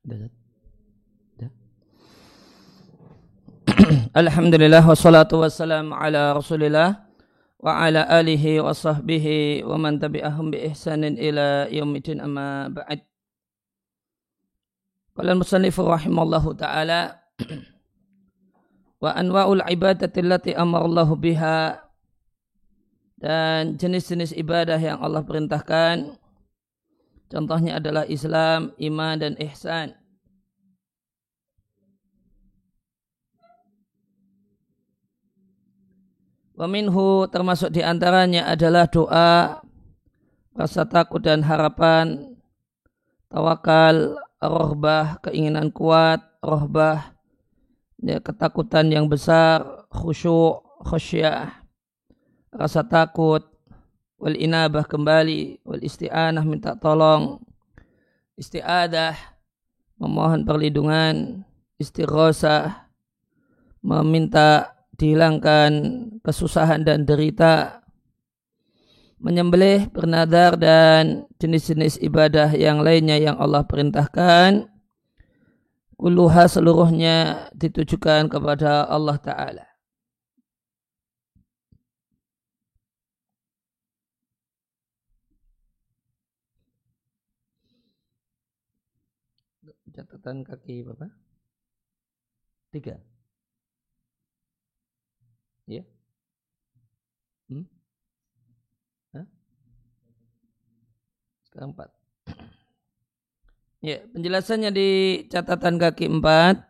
Alhamdulillah wassalatu wassalamu ala Rasulillah wa ala alihi wa sahbihi wa man tabi'ahum bi ihsanin ila yaumiddin, amma ba'd. Qala al-musannifu rahimallahu ta'ala wa anwa'ul ibadati allati amarallahu biha, dan jenis-jenis ibadah yang Allah perintahkan contohnya adalah Islam, iman dan ihsan. Wa minhu, termasuk diantaranya adalah doa, rasa takut dan harapan, tawakal, rohbah, keinginan kuat, rohbah, ya, ketakutan yang besar, khusyuk, khasyah, rasa takut, wal inabah, kembali, wal isti'anah, minta tolong, isti'adah, memohon perlindungan, istighosah, meminta dihilangkan kesusahan dan derita, menyembelih, bernadar, dan jenis-jenis ibadah yang lainnya yang Allah perintahkan, kulluha, seluruhnya ditujukan kepada Allah Ta'ala. Catatan kaki Bapak 3. Ya. Sekarang 4. Ya, penjelasannya di catatan kaki 4.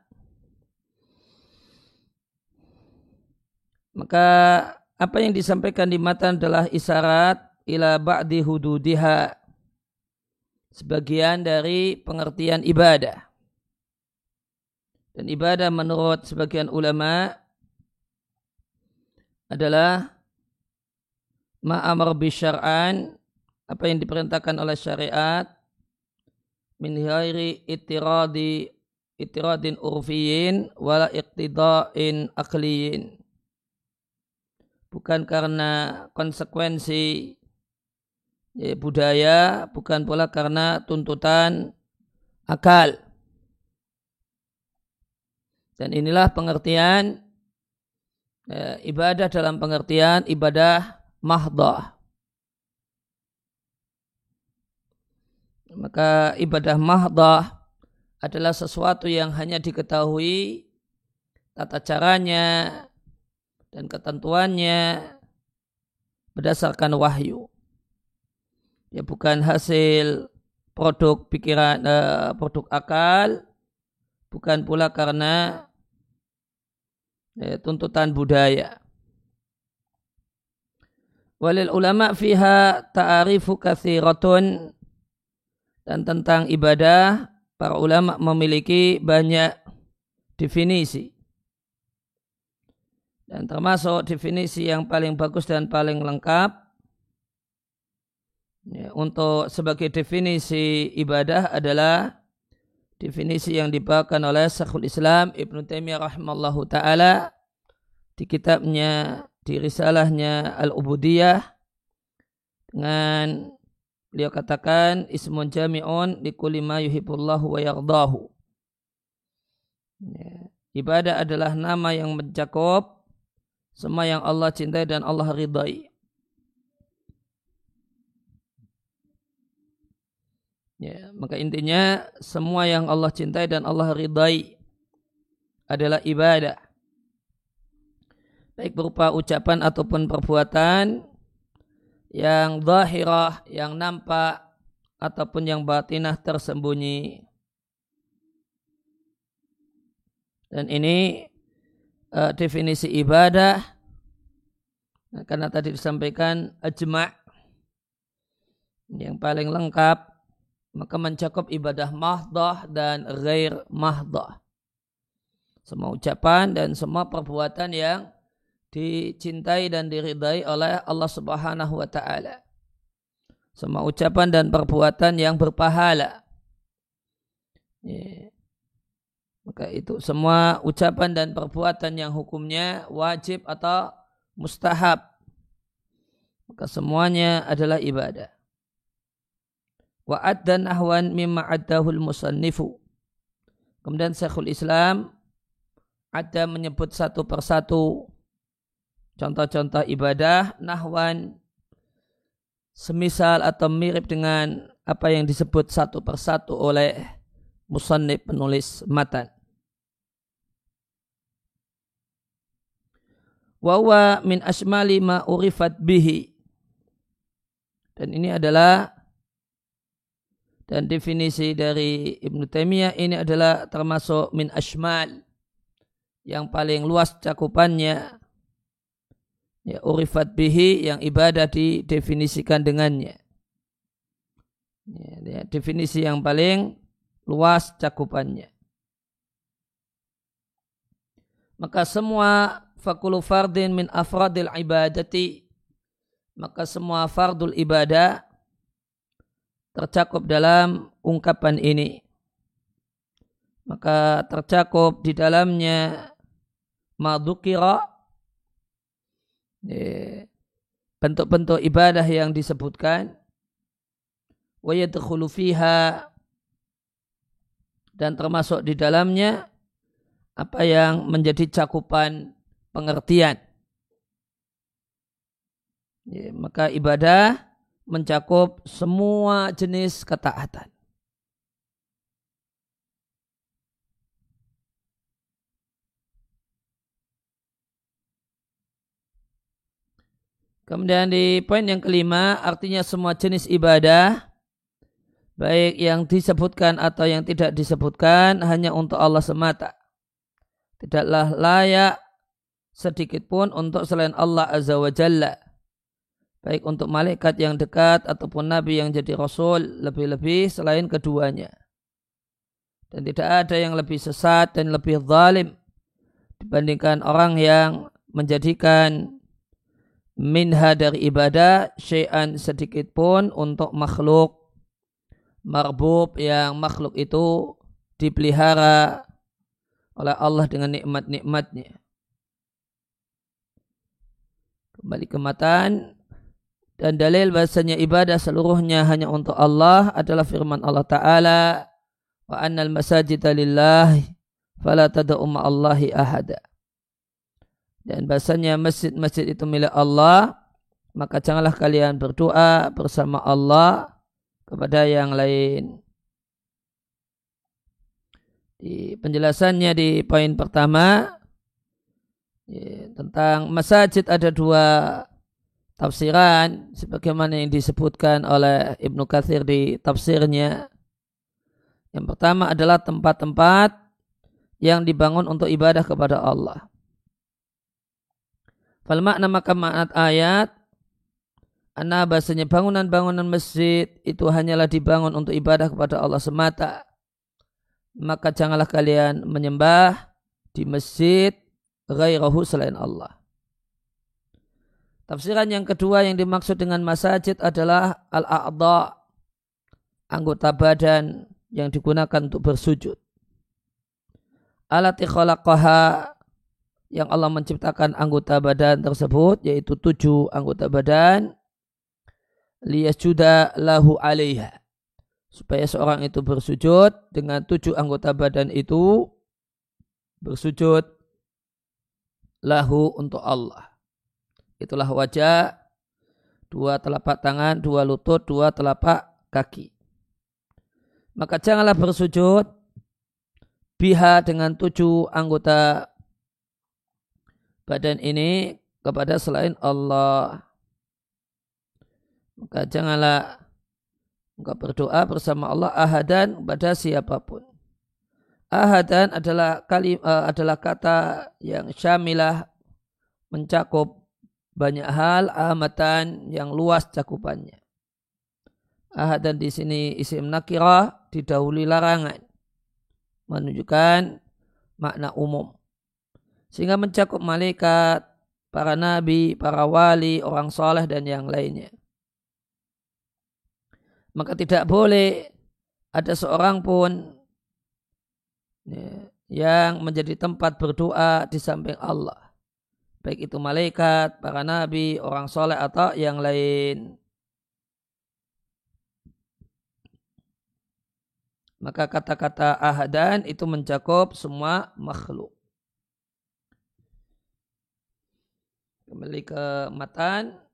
Maka apa yang disampaikan di matan adalah isyarat ila ba'di hududiha, sebagian dari pengertian ibadah. Dan ibadah menurut sebagian ulama adalah ma'amar bisyar'an, apa yang diperintahkan oleh syariat, min ghairi itiradin urfiyin wala iqtida'in aqliyin, bukan karena konsekuensi budaya, bukan pula karena tuntutan akal. Dan inilah pengertian ibadah dalam pengertian ibadah mahdhah. Maka ibadah mahdhah adalah sesuatu yang hanya diketahui tata caranya dan ketentuannya berdasarkan wahyu. Ya, bukan hasil produk pikiran, produk akal, bukan pula karena tuntutan budaya. Walil ulama fiha ta'arifu katsiratun, dan tentang ibadah para ulama memiliki banyak definisi. Dan termasuk definisi yang paling bagus dan paling lengkap untuk sebagai definisi ibadah adalah definisi yang dibawakan oleh Syekhul Islam Ibnu Taimiyah rahimallahu ta'ala di kitabnya, di risalahnya Al-Ubudiyah, dengan beliau katakan ismun jami'un likulli ma yuhibbullahu wa yardahu. Ibadah adalah nama yang mencakup semua yang Allah cintai dan Allah ridai. Ya, maka intinya semua yang Allah cintai dan Allah ridai adalah ibadah, baik berupa ucapan ataupun perbuatan yang zahirah, yang nampak, ataupun yang batinah, tersembunyi. Dan ini definisi ibadah, karena tadi disampaikan ajma' yang paling lengkap, maka mencakup ibadah mahdhah dan ghair mahdhah. Semua ucapan dan semua perbuatan yang dicintai dan diridai oleh Allah Subhanahu wa ta'ala. Semua ucapan dan perbuatan yang berpahala. Maka itu semua ucapan dan perbuatan yang hukumnya wajib atau mustahab, maka semuanya adalah ibadah. Wa addan ahwan mimma addahul musannifu, Kemudian Syekhul Islam ada menyebut satu persatu contoh-contoh ibadah nahwan semisal atau mirip dengan apa yang disebut satu persatu oleh musannif penulis matan. Wa huwa min asmali ma urifat bihi. Dan ini adalah, dan definisi dari Ibnu Taimiyah ini adalah termasuk min asmal, yang paling luas cakupannya. Ya, urifat bihi, yang ibadah didefinisikan dengannya. Ya, definisi yang paling luas cakupannya. Maka semua fakulu fardin min afradil ibadati, maka semua fardul ibadah tercakup dalam ungkapan ini. Maka tercakup di dalamnya madzukira, bentuk-bentuk ibadah yang disebutkan, wa yadkhulu fiha, dan termasuk di dalamnya apa yang menjadi cakupan pengertian. Maka ibadah mencakup semua jenis ketaatan. Kemudian di poin yang kelima, artinya semua jenis ibadah, baik yang disebutkan atau yang tidak disebutkan, hanya untuk Allah semata. Tidaklah layak sedikit pun untuk selain Allah Azza wa Jalla, baik untuk malaikat yang dekat ataupun nabi yang jadi rasul, lebih-lebih selain keduanya. Dan tidak ada yang lebih sesat dan lebih zalim dibandingkan orang yang menjadikan minha dari ibadah syai'an sedikit pun untuk makhluk marbub, yang makhluk itu dipelihara oleh Allah dengan nikmat-nikmatnya. Kembali ke matan, dan dalil bahasanya ibadah seluruhnya hanya untuk Allah adalah firman Allah Ta'ala, wa annal masajida lillahi fala tad'u ma'allahi ahada. Dan bahasanya masjid-masjid itu milik Allah, maka janganlah kalian berdoa bersama Allah kepada yang lain. Di penjelasannya di poin pertama, tentang masjid ada dua tafsiran sebagaimana yang disebutkan oleh Ibnu Katsir di tafsirnya. Yang pertama adalah tempat-tempat yang dibangun untuk ibadah kepada Allah. Fal makna, maka makna ayat anna, bahasanya bangunan-bangunan masjid itu hanyalah dibangun untuk ibadah kepada Allah semata. Maka janganlah kalian menyembah di masjid ghairahu, selain Allah. Tafsiran yang kedua yang dimaksud dengan masajid adalah al-a'dha, anggota badan yang digunakan untuk bersujud. Allati khalaqaha, yang Allah menciptakan anggota badan tersebut, yaitu 7 anggota badan, liyasjuda lahu alaiha, supaya seorang itu bersujud dengan 7 anggota badan itu, bersujud lahu, untuk Allah. Itulah wajah, 2 telapak tangan, 2 lutut, 2 telapak kaki. Maka janganlah bersujud biha, dengan 7 anggota badan ini, kepada selain Allah. Maka janganlah engkau berdoa bersama Allah ahadan, pada siapapun. Ahadan adalah adalah kata yang syamilah, mencakup banyak hal, amatan, yang luas cakupannya. Ahadan di sini isim nakirah, didahului larangan, menunjukkan makna umum, sehingga mencakup malaikat, para nabi, para wali, orang saleh, dan yang lainnya. Maka tidak boleh ada seorang pun yang menjadi tempat berdoa di samping Allah, baik itu malaikat, para nabi, orang saleh, atau yang lain. Maka kata-kata ahadan itu mencakup semua makhluk. Kembali ke matan.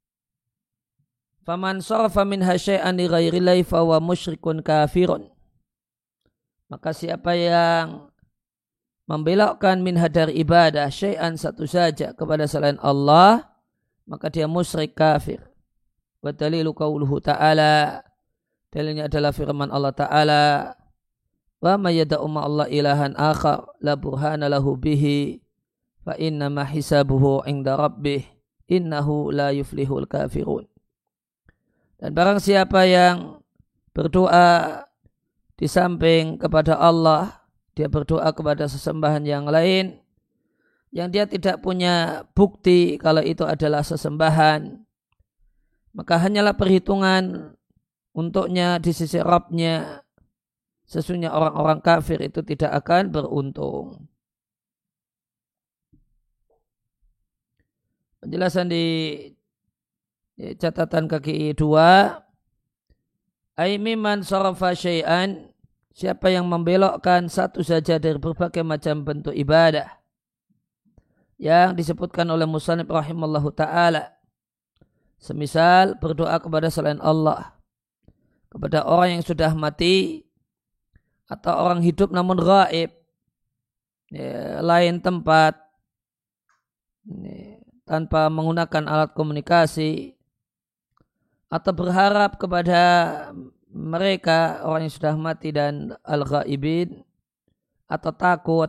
Faman sarafa minha syai'an li ghairillahi fa huwa musyrikun kafirun. Maka siapa yang membelokkan minha dari ibadah syai'an satu saja kepada selain Allah, maka dia musyrik kafir. Wa dalilu qauluhu ta'ala, dalilnya adalah firman Allah Ta'ala, wa may yad'u ma'allahi ilahan akhar la burhana lahu bihi fa innama hisabuhu 'inda rabbih innahu la yuflihul kafirun. Dan barang siapa yang berdoa di samping kepada Allah, dia berdoa kepada sesembahan yang lain yang dia tidak punya bukti kalau itu adalah sesembahan, maka hanyalah perhitungan untuknya di sisi Rabb-nya. Sesungguhnya orang-orang kafir itu tidak akan beruntung. Penjelasan di catatan kaki 2, ai mimman sarafa syai'an, siapa yang membelokkan satu saja dari berbagai macam bentuk ibadah yang disebutkan oleh musannif rahimallahu ta'ala, semisal berdoa kepada selain Allah, kepada orang yang sudah mati atau orang hidup namun gaib, lain tempat, tanpa menggunakan alat komunikasi, atau berharap kepada mereka orang yang sudah mati dan al-ghaibin, atau takut,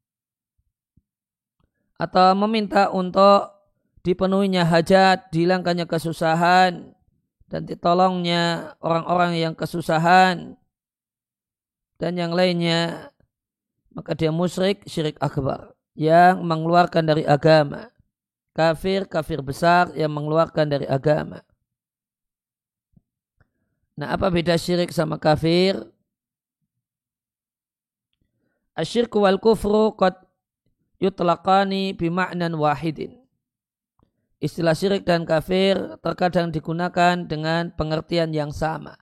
atau meminta untuk dipenuhinya hajat, dihilangkannya kesusahan, dan ditolongnya orang-orang yang kesusahan, dan yang lainnya, maka dia musyrik syirik akbar yang mengeluarkan dari agama. Kafir besar yang mengeluarkan dari agama. Nah, apa beda syirik sama kafir? Asyirku wal kufru qad yutlaqani bima'nan wahidin. Istilah syirik dan kafir terkadang digunakan dengan pengertian yang sama,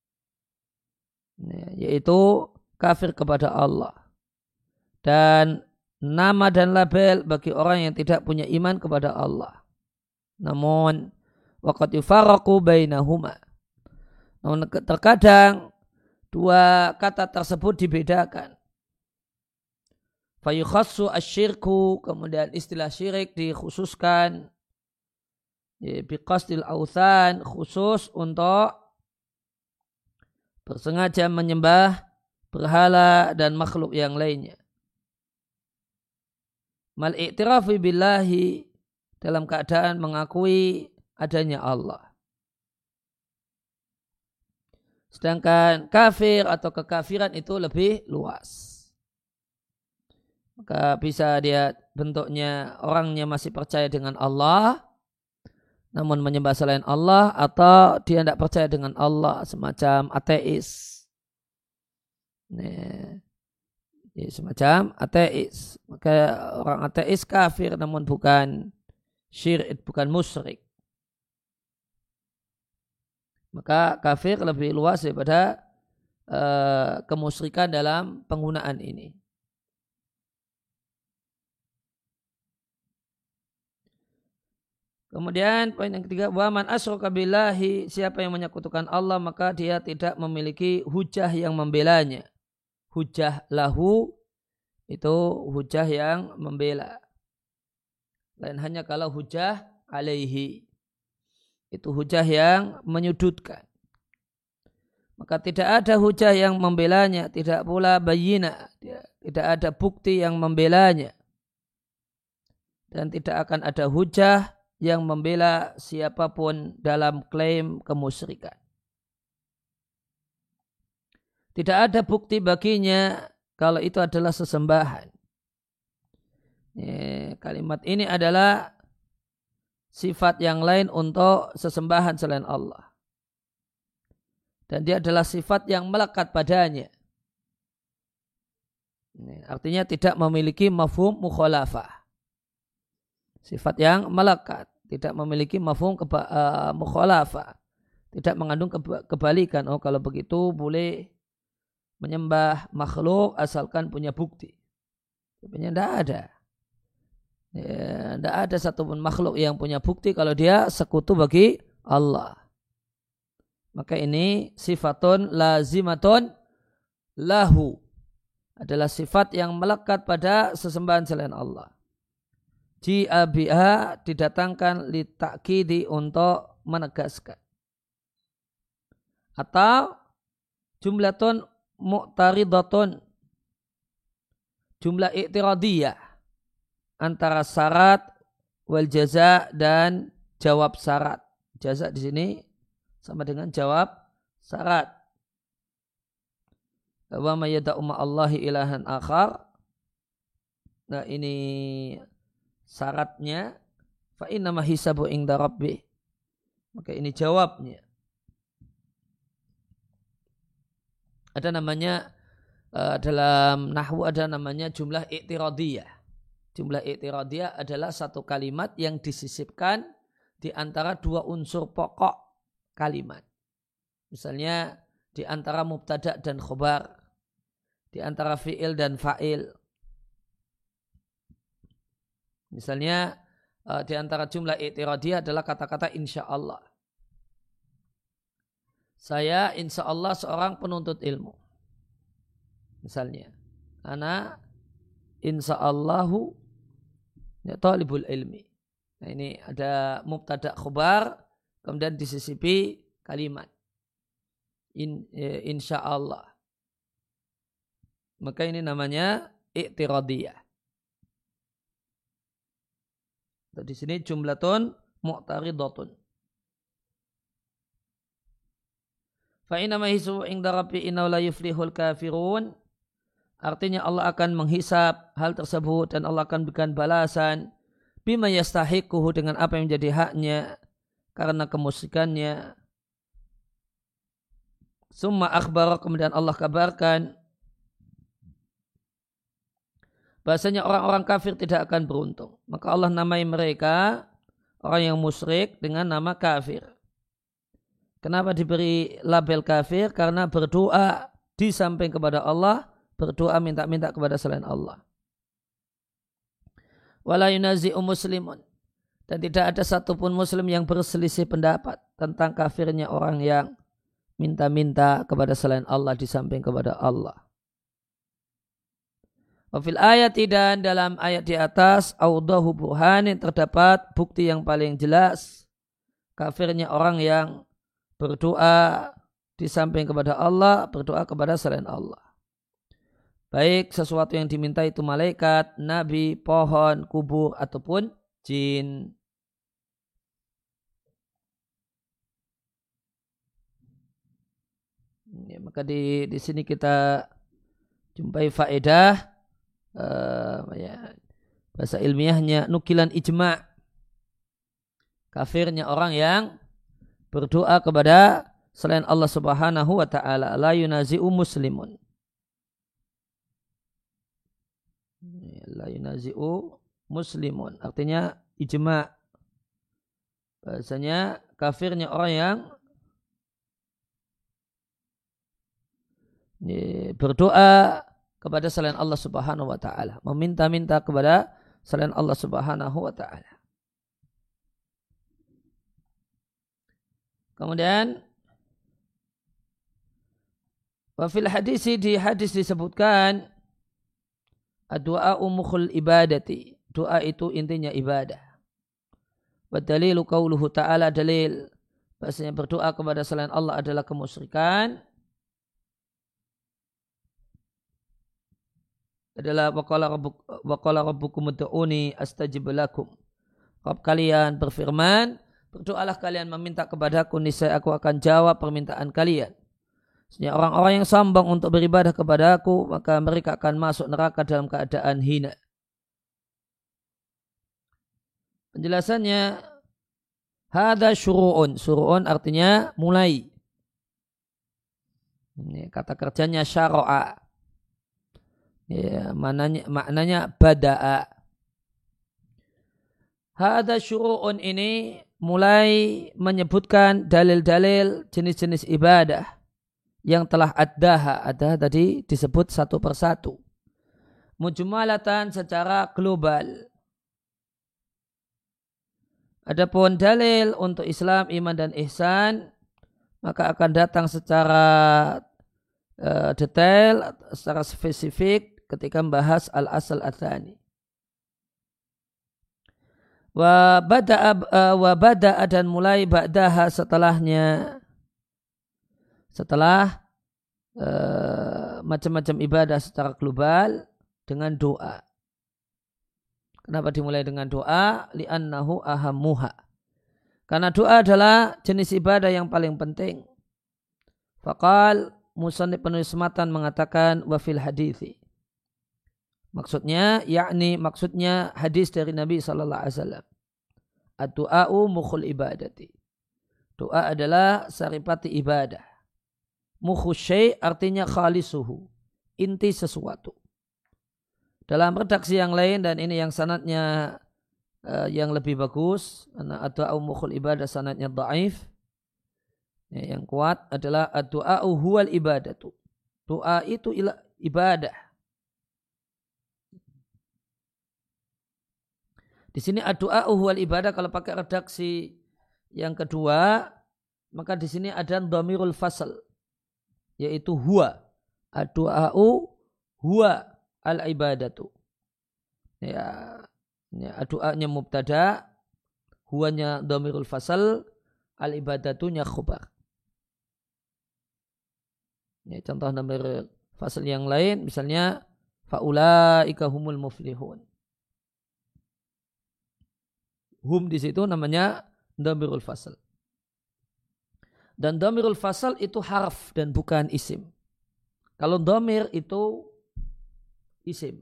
yaitu kafir kepada Allah, dan nama dan label bagi orang yang tidak punya iman kepada Allah. Namun waqad yufarraqu bainahuma. Namun terkadang dua kata tersebut dibedakan. Fayukhassu asyirku, kemudian istilah syirik dikhususkan biqasdil authan, khusus untuk bersengaja menyembah berhala dan makhluk yang lainnya. Mal i'tirafi billahi, dalam keadaan mengakui adanya Allah. Sedangkan kafir atau kekafiran itu lebih luas. Maka bisa dia bentuknya orangnya masih percaya dengan Allah, namun menyembah selain Allah, atau dia tidak percaya dengan Allah, semacam ateis. Semacam ateis. Maka orang ateis kafir namun bukan syirik, bukan musyrik. Maka kafir lebih luas daripada kemusyrikan dalam penggunaan ini. Kemudian poin yang ketiga, wa man asyraka billahi, siapa yang menyekutukan Allah maka dia tidak memiliki hujah yang membelanya. Hujah lahu itu hujah yang membela. Lain hanya kalau hujah alaihi, itu hujah yang menyudutkan. Maka tidak ada hujah yang membelanya, tidak pula bayyinah, tidak ada bukti yang membelanya. Dan tidak akan ada hujah yang membela siapapun dalam klaim kemusyrikan. Tidak ada bukti baginya kalau itu adalah sesembahan. Kalimat ini adalah sifat yang lain untuk sesembahan selain Allah. Dan dia adalah sifat yang melekat padanya. Artinya tidak memiliki mafhum mukhalafah. Sifat yang melekat, tidak memiliki mafhum mukhalafah, tidak mengandung kebalikan. Oh, kalau begitu boleh menyembah makhluk asalkan punya bukti. Sebenarnya tidak ada. Tidak ada satupun makhluk yang punya bukti kalau dia sekutu bagi Allah. Maka ini sifatun lazimatun lahu. Adalah sifat yang melekat pada sesembahan selain Allah. Ji'abiha didatangkan li ta'kidi untuk menegaskan. Atau jumlatun mu'taridatun. Jumlah i'tiradiyah. Antara syarat wal jaza dan jawab syarat. Jaza di sini sama dengan jawab syarat. Wa may yad'u ma'allahi ilahan akhar. Nah ini syaratnya fa innama hisabu inda rabbih. Maka ini jawabnya. Ada namanya dalam nahwu ada namanya jumlah i'tiradiyah. Jumlah i'tiradiyah adalah satu kalimat yang disisipkan di antara dua unsur pokok kalimat. Misalnya di antara mubtada dan khobar, di antara fi'il dan fa'il. Misalnya di antara jumlah i'tiradiyah adalah kata-kata insyaallah. Saya insyaallah seorang penuntut ilmu. Misalnya, ana insyaallahu talibul ilmi. Nah ini ada mubtada khobar, kemudian disisipi kalimat insyaallah. Maka ini namanya i'tiradiyah. Di sini jumlatun mu'taridatun. Fa inna ma hisu inda rabbi innahu la yuflihul kafirun. Artinya Allah akan menghisab hal tersebut dan Allah akan berikan balasan bima yastahiquhu dengan apa yang menjadi haknya karena kemusyrikannya. Summa akhbara, kemudian Allah kabarkan bahasanya orang-orang kafir tidak akan beruntung. Maka Allah namai mereka orang yang musyrik dengan nama kafir. Kenapa diberi label kafir? Karena berdoa di samping kepada Allah, berdoa minta-minta kepada selain Allah. Wala yunazi'u muslimun, dan tidak ada satupun muslim yang berselisih pendapat tentang kafirnya orang yang minta-minta kepada selain Allah di samping kepada Allah. Wafil ayat, dan dalam ayat di atas awdahu burhanin, terdapat bukti yang paling jelas kafirnya orang yang berdoa di samping kepada Allah, berdoa kepada selain Allah. Baik sesuatu yang diminta itu malaikat, nabi, pohon, kubur, ataupun jin. Ya, maka di sini kita jumpai faedah bahasa ilmiahnya nukilan ijma'. Kafirnya orang yang berdoa kepada selain Allah Subhanahu wa ta'ala. La yunazi'u muslimun. La yunazi'u muslimun. Artinya ijma'. Bahasanya kafirnya orang yang berdoa kepada selain Allah Subhanahu wa ta'ala. Meminta-minta kepada selain Allah Subhanahu wa ta'ala. Kemudian wafil hadisi, di hadis disebutkan doa mukhul ibadati, doa itu intinya ibadah. Wa dalilu qauluhu ta'ala, dalil bahasanya berdoa kepada selain Allah adalah kemusyrikan adalah waqala rabbukum ud'uni astajib lakum. Rabb kalian berfirman, berdoalah kalian meminta kepadaku, niscaya aku akan jawab permintaan kalian. Sesungguhnya orang-orang yang sombong untuk beribadah kepadaku, maka mereka akan masuk neraka dalam keadaan hina. Penjelasannya, hadza syuru'un. Syuru'un artinya mulai. Ini kata kerjanya syara'a. Ya, maknanya bada'a. Hadza syuru'un ini mulai menyebutkan dalil-dalil jenis-jenis ibadah yang telah addaha tadi disebut satu persatu. Mujmalatan secara global. Adapun dalil untuk Islam, iman dan ihsan maka akan datang secara detail, secara spesifik ketika membahas al-asal ats-tsani. Wa bada'a dan mulai ba'daha setelahnya, setelah macam-macam ibadah secara global dengan doa. Kenapa dimulai dengan doa? Li'annahu ahammuha. Karena doa adalah jenis ibadah yang paling penting. Faqal musannif penulis matan mengatakan wa fil hadithi. Maksudnya maksudnya hadis dari Nabi sallallahu alaihi wasallam. Ad-du'a'u mukhul ibadati. Doa adalah saripati ibadah. Mukhu syai' artinya khalisuhu, inti sesuatu. Dalam redaksi yang lain, dan ini yang sanadnya yang lebih bagus, karena ad-du'a'u mukhul ibadah sanadnya dhaif. Yang kuat adalah ad-du'a'u huwal ibadatu. Doa itu ibadah. Di sini ad-du'a'u huwal ibadah, kalau pakai redaksi yang kedua, maka di sini ada dhamirul fasl, yaitu huwa. Ad-du'a'u huwa al-ibadatu. Ya, ad-du'a'nya mubtada, huwanya dhamirul fasl, al-ibadatunya khabar. Ya, contoh dhamir fasl yang lain, misalnya faulaika humul muflihun. Hum di situ namanya dhamirul fasl. Dan dhamirul fasl itu harf dan bukan isim. Kalau dhamir itu isim.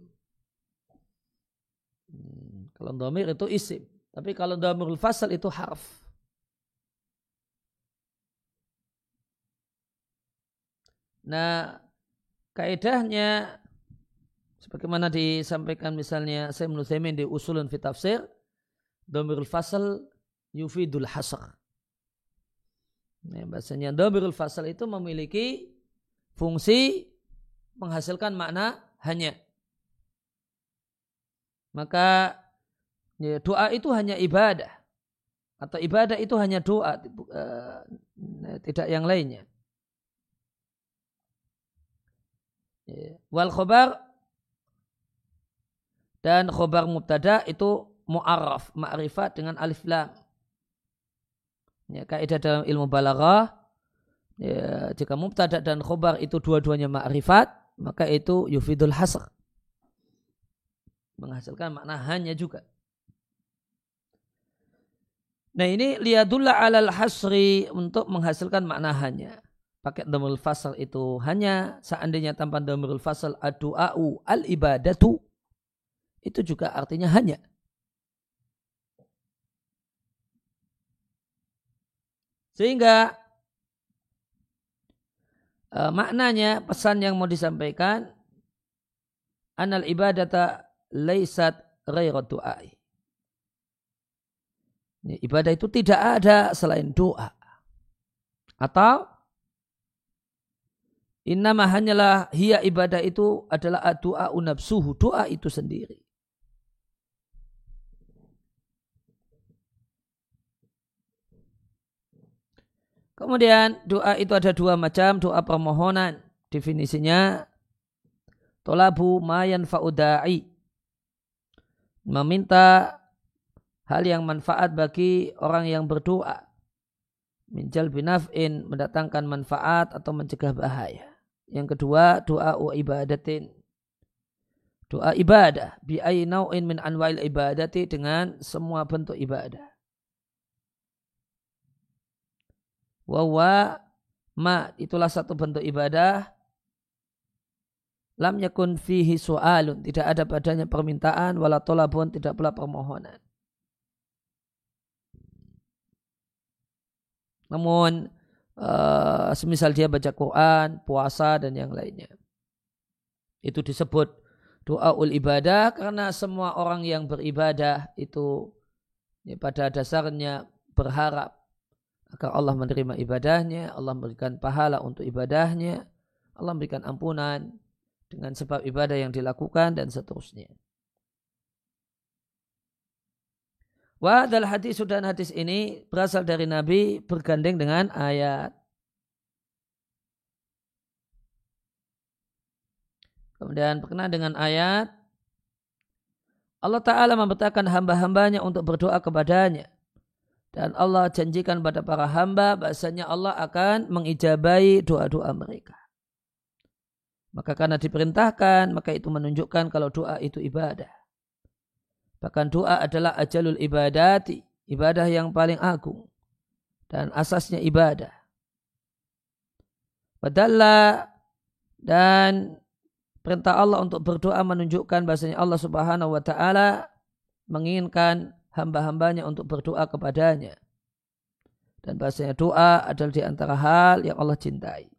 Kalau dhamir itu isim. Tapi kalau dhamirul fasl itu harf. Nah, kaidahnya sebagaimana disampaikan misalnya Syekh Ibnu Utsaimin di Ushulun fi Tafsir, dhamirul fasl yufidul hasr. Nah, bahasanya dhamirul fasl itu memiliki fungsi menghasilkan makna hanya. Maka ya, doa itu hanya ibadah. Atau ibadah itu hanya doa, tidak yang lainnya. Wal khobar, dan khobar mubtada itu mu'arraf, ma'rifat dengan alif lam. Ya, kaidah dalam ilmu balaghah, ya, jika mubtada dan khobar itu dua-duanya ma'rifat, maka itu yufidul hasr, menghasilkan makna hanya juga. Nah, ini liyadulla alal hasri, untuk menghasilkan makna hanya. Pakai dhamirul fasl itu hanya, seandainya tanpa dhamirul fasl ad-du'a'u al-ibadatu, itu juga artinya hanya. Sehingga maknanya, pesan yang mau disampaikan, anal ibadata laisat ghairu du'ai. Ibadah itu tidak ada selain doa. Atau innama hanyalah hiya, ibadah itu adalah ad-du'a'u nafsuhu, doa itu sendiri. Kemudian doa itu ada dua macam, doa permohonan. Definisinya tolabu ma yanfa'u da'i, meminta hal yang manfaat bagi orang yang berdoa. Min jalbi naf'in, mendatangkan manfaat atau mencegah bahaya. Yang kedua, doa ibadatin, doa ibadah, bi ayyi nau'in min anwa'il ibadati, dengan semua bentuk ibadah. Wa ma, itulah satu bentuk ibadah, lam yakun fihi su'alun, tidak ada padanya permintaan, wala tolabun, tidak pula permohonan. Namun semisal dia baca Quran, puasa dan yang lainnya, itu disebut doaul ibadah, karena semua orang yang beribadah itu ya, pada dasarnya berharap agar Allah menerima ibadahnya, Allah memberikan pahala untuk ibadahnya, Allah memberikan ampunan dengan sebab ibadah yang dilakukan dan seterusnya. Wa adalah hadis, dan hadis ini berasal dari Nabi bergandeng dengan ayat. Kemudian berkenaan dengan ayat, Allah Ta'ala memerintahkan hamba-hambanya untuk berdoa kepadanya. Dan Allah janjikan pada para hamba bahasanya Allah akan mengijabahi doa-doa mereka. Maka karena diperintahkan, maka itu menunjukkan kalau doa itu ibadah. Bahkan doa adalah ajalul ibadati, ibadah yang paling agung. Dan asasnya ibadah. Padahal dan perintah Allah untuk berdoa menunjukkan bahasanya Allah Subhanahu wa Ta'ala menginginkan hamba-hambanya untuk berdoa kepadanya. Dan bahasanya doa adalah di antara hal yang Allah cintai.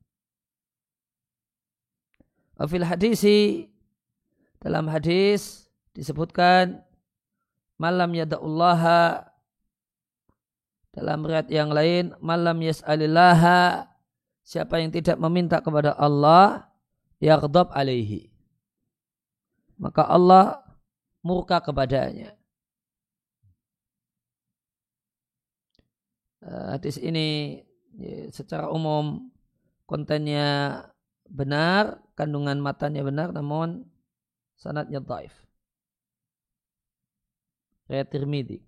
Wafil hadisi, dalam hadis disebutkan malam yada'ullaha, dalam riwayat yang lain malam yas'alillaha, siapa yang tidak meminta kepada Allah yaghdab alaihi, maka Allah murka kepadanya. Hadis ini secara umum kontennya benar, kandungan matanya benar, namun sanadnya dhaif. Riwayat Tirmidzi.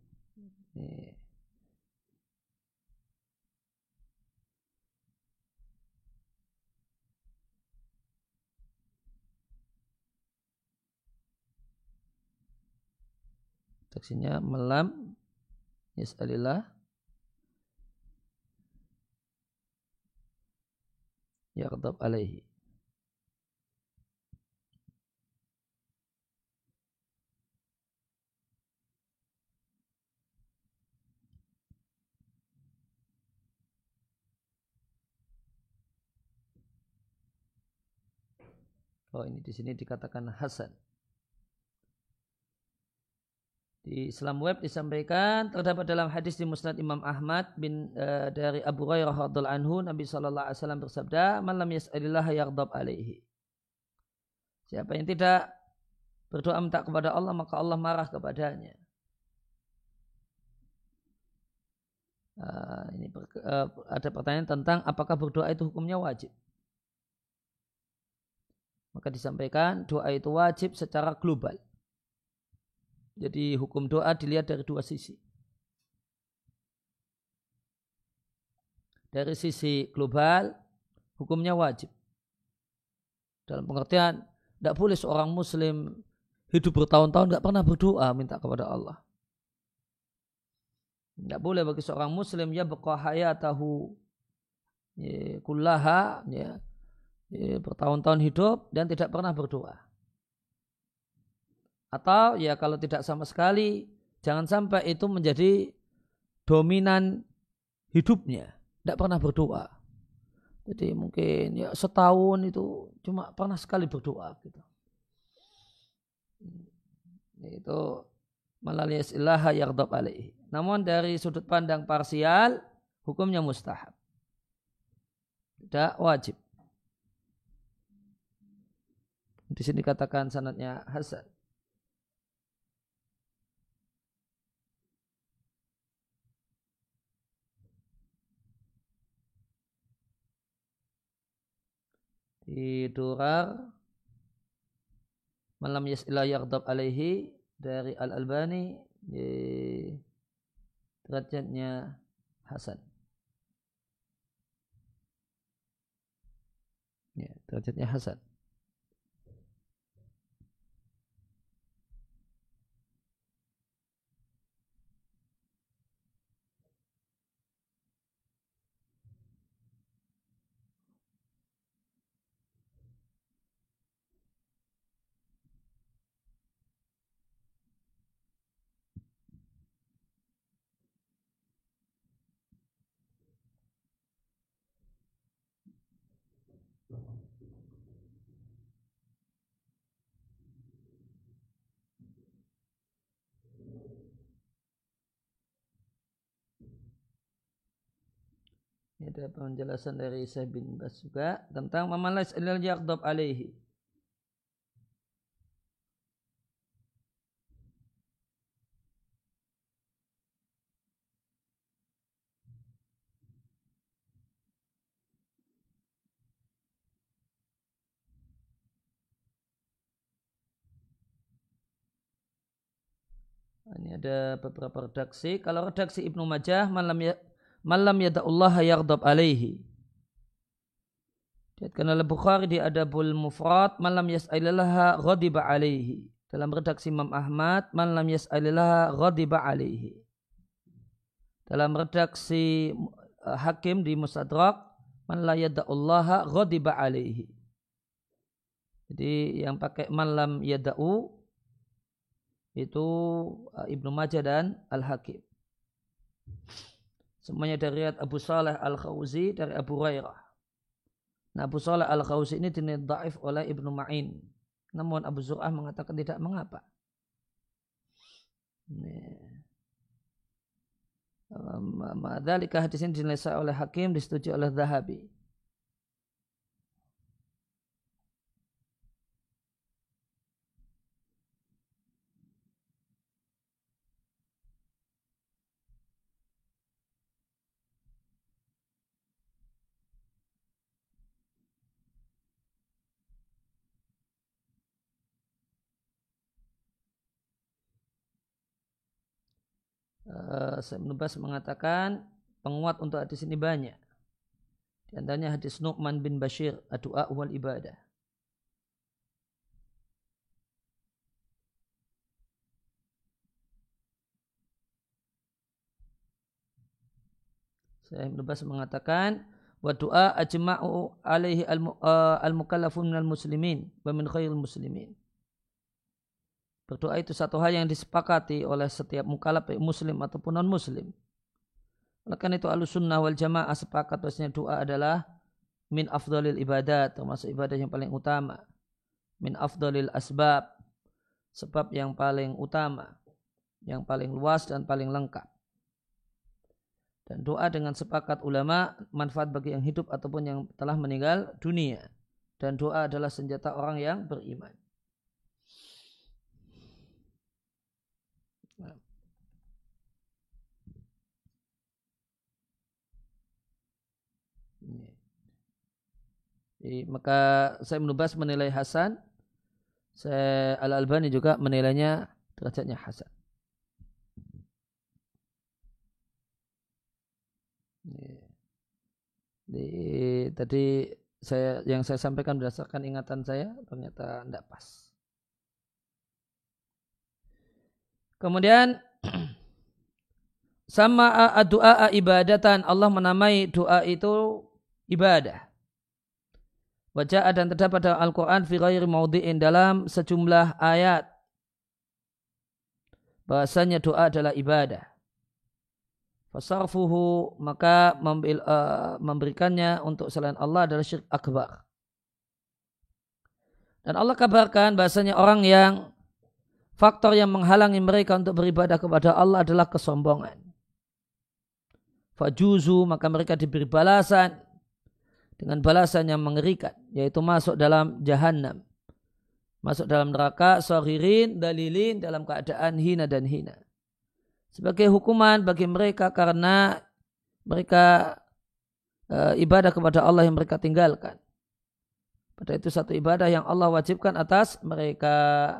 Teksnya malam yas'alillah yaghdab alaihi. Oh, ini di sini dikatakan hasan. Di Islam Web disampaikan terdapat dalam hadis di Musnad Imam Ahmad dari Abu Hurairah radhiyallahu anhu, Nabi sallallahu alaihi wasallam bersabda, "Man lam yas'alillah yaghdab alaihi." Siapa yang tidak berdoa minta kepada Allah, maka Allah marah kepadanya. Ini ada pertanyaan tentang apakah berdoa itu hukumnya wajib. Maka disampaikan doa itu wajib secara global. Jadi hukum doa dilihat dari dua sisi. Dari sisi global, hukumnya wajib. Dalam pengertian, tidak boleh seorang muslim hidup bertahun-tahun tidak pernah berdoa minta kepada Allah. Tidak boleh bagi seorang muslim ya baqa hayatahu kullaha, bertahun-tahun hidup dan tidak pernah berdoa. Atau ya kalau tidak sama sekali, jangan sampai itu menjadi dominan hidupnya, tidak pernah berdoa. Jadi mungkin ya setahun itu cuma pernah sekali berdoa gitu. Itu malam yas'illaha yaghdab alaihi. Namun dari sudut pandang parsial, hukumnya mustahab, tidak wajib. Di sini dikatakan sanadnya hasan. Di Durar malam yas'illah yaghdab alaihi dari Al-Albani, derajatnya hasan. Ya, derajatnya hasan. Ini ada penjelasan dari Syekh bin Baz juga tentang mamalas ilal yaghdab alaihi. Ini ada beberapa redaksi. Kalau redaksi Ibnu Majah, malam yada'ullaha yaghdab alaihi. Diatkan oleh Bukhari di Adabul Mufrad, malam yas'alilaha ghadiba alaihi. Dalam redaksi Imam Ahmad, malam yas'alilaha ghadiba alaihi. Dalam redaksi Hakim di Mustadrak, man la yada'ullaha ghadiba alaihi. Jadi yang pakai malam yada'u itu Ibnu Majah dan Al-Hakim. Semuanya dari riwayat Abu Saleh Al-Khawzi dari Abu Hurairah. Nah, Abu Saleh Al-Khawzi ini dinilai dhaif oleh Ibnu Ma'in. Namun Abu Zur'ah mengatakan tidak mengapa. Ma'adzalika hadis ini dinilai sahih oleh Hakim, disetujui oleh Zahabi. Syekh Ibnu Baz mengatakan penguat untuk hadis ini banyak. Di antaranya hadis Nu'man bin Bashir, ad-du'a wal ibadah. Syekh Ibnu Baz mengatakan wa du'a ajma'u alaihi al-mukallafun minal muslimin wa min khairil muslimin. Berdoa itu satu hal yang disepakati oleh setiap mukallaf muslim ataupun non muslim. Oleh karena itu Ahlussunnah wal Jamaah sepakat bahwasanya doa adalah min afdhalil ibadat, termasuk ibadah yang paling utama. Min afdhalil asbab, sebab yang paling utama, yang paling luas dan paling lengkap. Dan doa dengan sepakat ulama manfaat bagi yang hidup ataupun yang telah meninggal dunia. Dan doa adalah senjata orang yang beriman. Maka saya Ibnu Baz menilai hasan, saya Al-Albani juga menilainya derajatnya hasan. Tadi yang saya sampaikan berdasarkan ingatan saya ternyata tidak pas. Kemudian sama doa ibadatan, Allah menamai doa itu ibadah. Wajah dan terdapat dalam Al-Quran fi ghairi maudhi'in, dalam sejumlah ayat bahasanya doa adalah ibadah. Fasarfuhu, maka memberikannya untuk selain Allah adalah syirik akbar. Dan Allah kabarkan bahasanya orang yang faktor yang menghalangi mereka untuk beribadah kepada Allah adalah kesombongan. Fajuzu, maka mereka diberi balasan dengan balasan yang mengerikan, yaitu masuk dalam jahannam, masuk dalam neraka, soririn, dalilin, dalam keadaan hina dan hina. Sebagai hukuman bagi mereka karena mereka ibadah kepada Allah yang mereka tinggalkan. Pada itu satu ibadah yang Allah wajibkan atas mereka.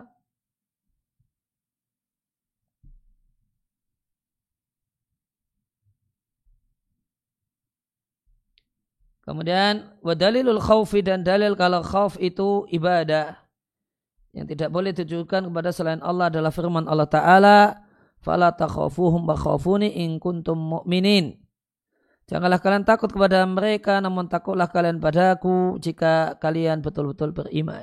Kemudian wadalilul khaufi, dan dalil kalau khauf itu ibadah yang tidak boleh ditujukan kepada selain Allah adalah firman Allah Ta'ala, fala takhafuhum wa khafuni in kuntum mu'minin. Janganlah kalian takut kepada mereka, namun takutlah kalian padaku jika kalian betul-betul beriman.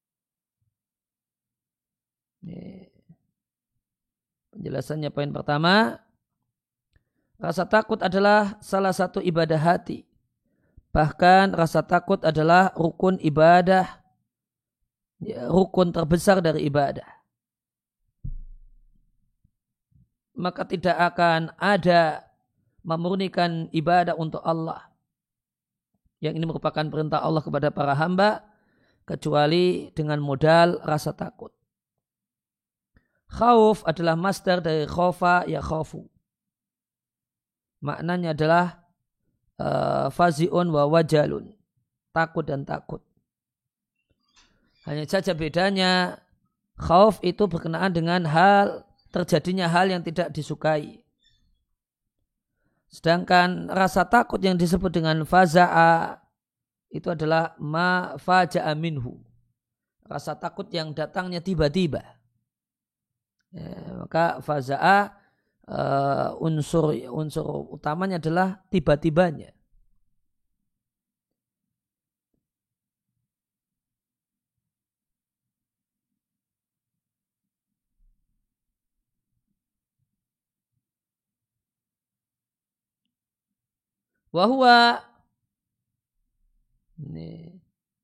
Penjelasannya poin pertama, rasa takut adalah salah satu ibadah hati. Bahkan rasa takut adalah rukun ibadah, rukun terbesar dari ibadah. Maka tidak akan ada memurnikan ibadah untuk Allah yang ini merupakan perintah Allah kepada para hamba, kecuali dengan modal rasa takut. Khauf adalah masdar dari khofa ya khaufu. Maknanya adalah fazi'un wa wajalun, takut dan takut. Hanya saja bedanya, khauf itu berkenaan dengan terjadinya hal yang tidak disukai. Sedangkan rasa takut yang disebut dengan faza'a itu adalah ma faja'a minhu. Rasa takut yang datangnya tiba-tiba. Maka faza'a unsur utamanya adalah tiba-tibanya. Wahwa ini.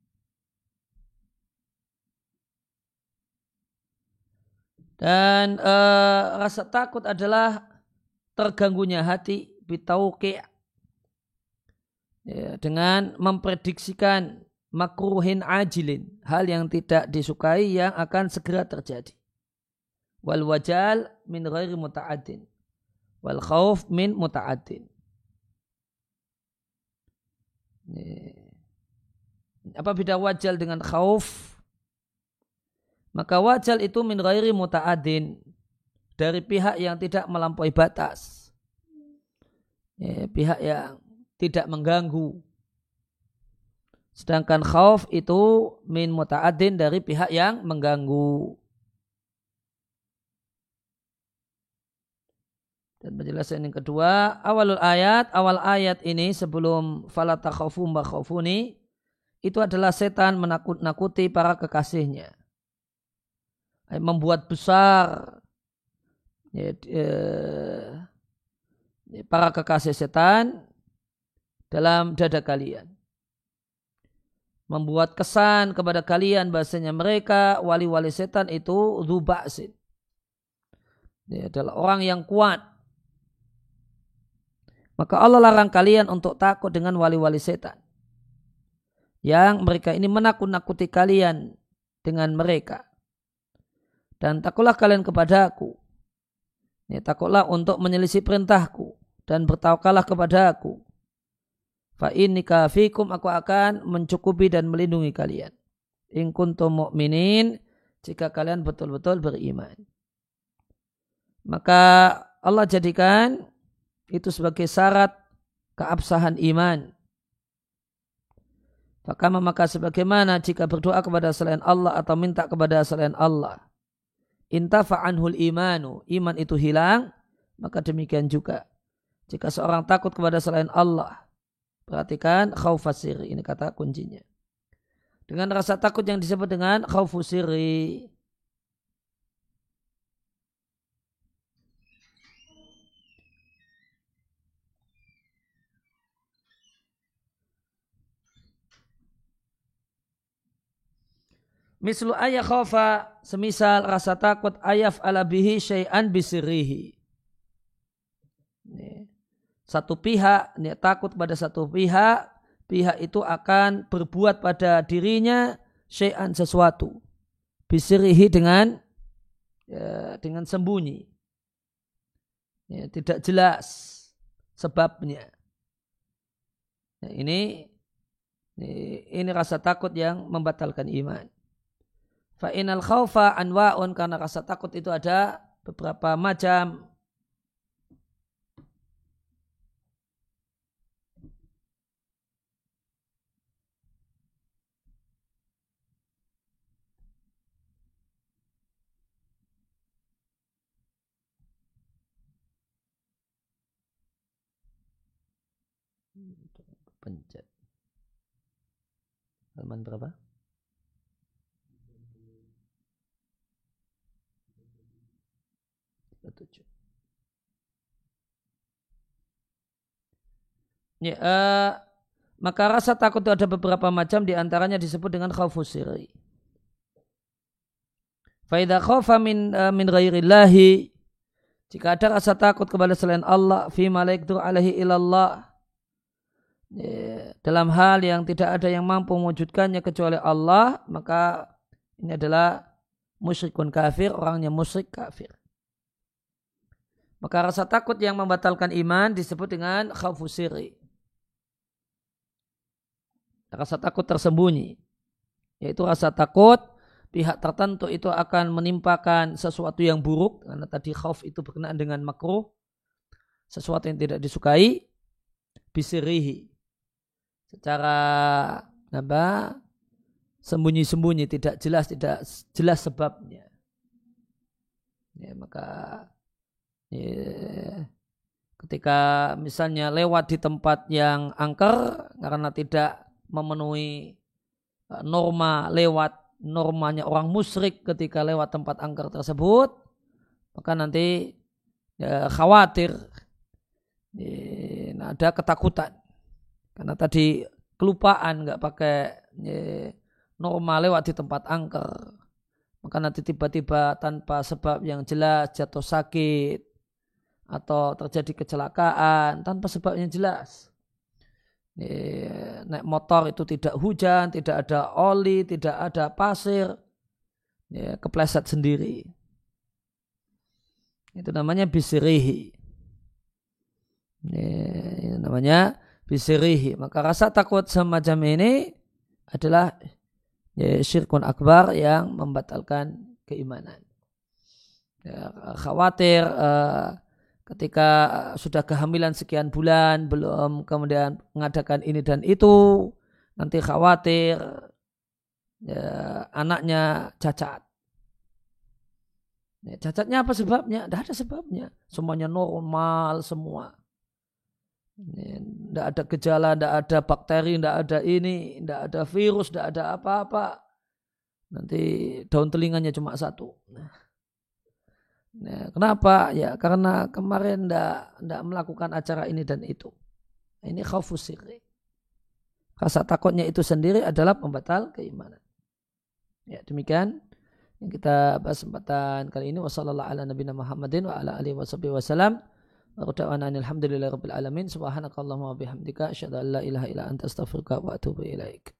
Dan rasa takut adalah terganggunya hati bitauqi' dengan memprediksikan makruhin ajilin, hal yang tidak disukai yang akan segera terjadi. Wal wajal min ghairi muta'addin wal khauf min muta'addin. Apa beda wajal dengan khauf? Maka wajal itu min ghairi muta'addin, dari pihak yang tidak melampaui batas, pihak yang tidak mengganggu. Sedangkan khauf itu min muta'addin, dari pihak yang mengganggu. Dan penjelasan yang kedua, awal ayat ini sebelum fala takhafu ma khafuni, itu adalah setan menakut-nakuti para kekasihnya. Membuat besar para kekasih setan dalam dada kalian. Membuat kesan kepada kalian bahasanya mereka wali-wali setan itu dzu ba'sin. Dia adalah orang yang kuat. Maka Allah larang kalian untuk takut dengan wali-wali setan, yang mereka ini menakut-nakuti kalian dengan mereka. Dan takutlah kalian kepada aku. Takutlah untuk menyelisih perintahku dan bertawakallah kepada aku. Fa innika fikum, aku akan mencukupi dan melindungi kalian. In kuntum mu'minin, jika kalian betul-betul beriman. Maka Allah jadikan itu sebagai syarat keabsahan iman. Maka sebagaimana jika berdoa kepada selain Allah atau minta kepada selain Allah, intafa'anhul imanu, iman itu hilang, maka demikian juga jika seorang takut kepada selain Allah. Perhatikan khaufus sirri, ini kata kuncinya. Dengan rasa takut yang disebut dengan khaufus sirri. Mislu ayah khaufa, semisal rasa takut ayaf ala bihi syai'an bisirihi. Satu pihak takut pada satu pihak itu akan berbuat pada dirinya syai'an sesuatu. Bisirihi dengan sembunyi. Tidak jelas sebabnya. Ini rasa takut yang membatalkan iman. Fa'inal khaufa anwa'un, karena rasa takut itu ada beberapa macam. Pencet. Halaman berapa? Ya, maka rasa takut itu ada beberapa macam, diantaranya disebut dengan khaufus sirri. Fa idza khaufa min ghairillahi, jika ada rasa takut kepada selain Allah, fi ma la yaqdiru alaihi illallah, dalam hal yang tidak ada yang mampu mewujudkannya kecuali Allah, maka ini adalah musyrikun kafir, orangnya musyrik kafir. Maka rasa takut yang membatalkan iman disebut dengan khaufu sirri. Rasa takut tersembunyi, yaitu rasa takut pihak tertentu itu akan menimpakan sesuatu yang buruk, karena tadi khauf itu berkenaan dengan makruh, sesuatu yang tidak disukai, bisirihi, secara sembunyi-sembunyi, tidak jelas sebabnya. Ya, maka ketika misalnya lewat di tempat yang angker karena tidak memenuhi normanya orang musyrik ketika lewat tempat angker tersebut, maka nanti khawatir, ada ketakutan karena tadi kelupaan nggak pakai norma lewat di tempat angker, maka nanti tiba-tiba tanpa sebab yang jelas jatuh sakit atau terjadi kecelakaan tanpa sebab yang jelas. Naik motor itu tidak hujan, tidak ada oli, tidak ada pasir, kepleset sendiri. Itu namanya bisirihi. Namanya bisirihi. Maka rasa takut semacam ini adalah syirkun akbar yang membatalkan keimanan. Khawatir ketika sudah kehamilan sekian bulan belum kemudian mengadakan ini dan itu, nanti khawatir anaknya cacat. Cacatnya apa sebabnya? Tidak ada sebabnya. Semuanya normal semua. Tidak ada gejala, tidak ada bakteri, tidak ada ini, tidak ada virus, tidak ada apa-apa. Nanti daun telinganya cuma satu. Kenapa? Ya karena kemarin tidak melakukan acara ini dan itu. Ini khaufus sirri. Rasa takutnya itu sendiri adalah pembatal keimanan. Ya demikian yang kita bahas kesempatan kali ini. Wassallallahu ala nabiyina Muhammadin wa ala alihi wasallam. Wa ta'ala alhamdulillahi rabbil alamin. Subhanakallahumma wa bihamdika asyhadu an la ilaha illa anta astaghfiruka wa atubu ilaik.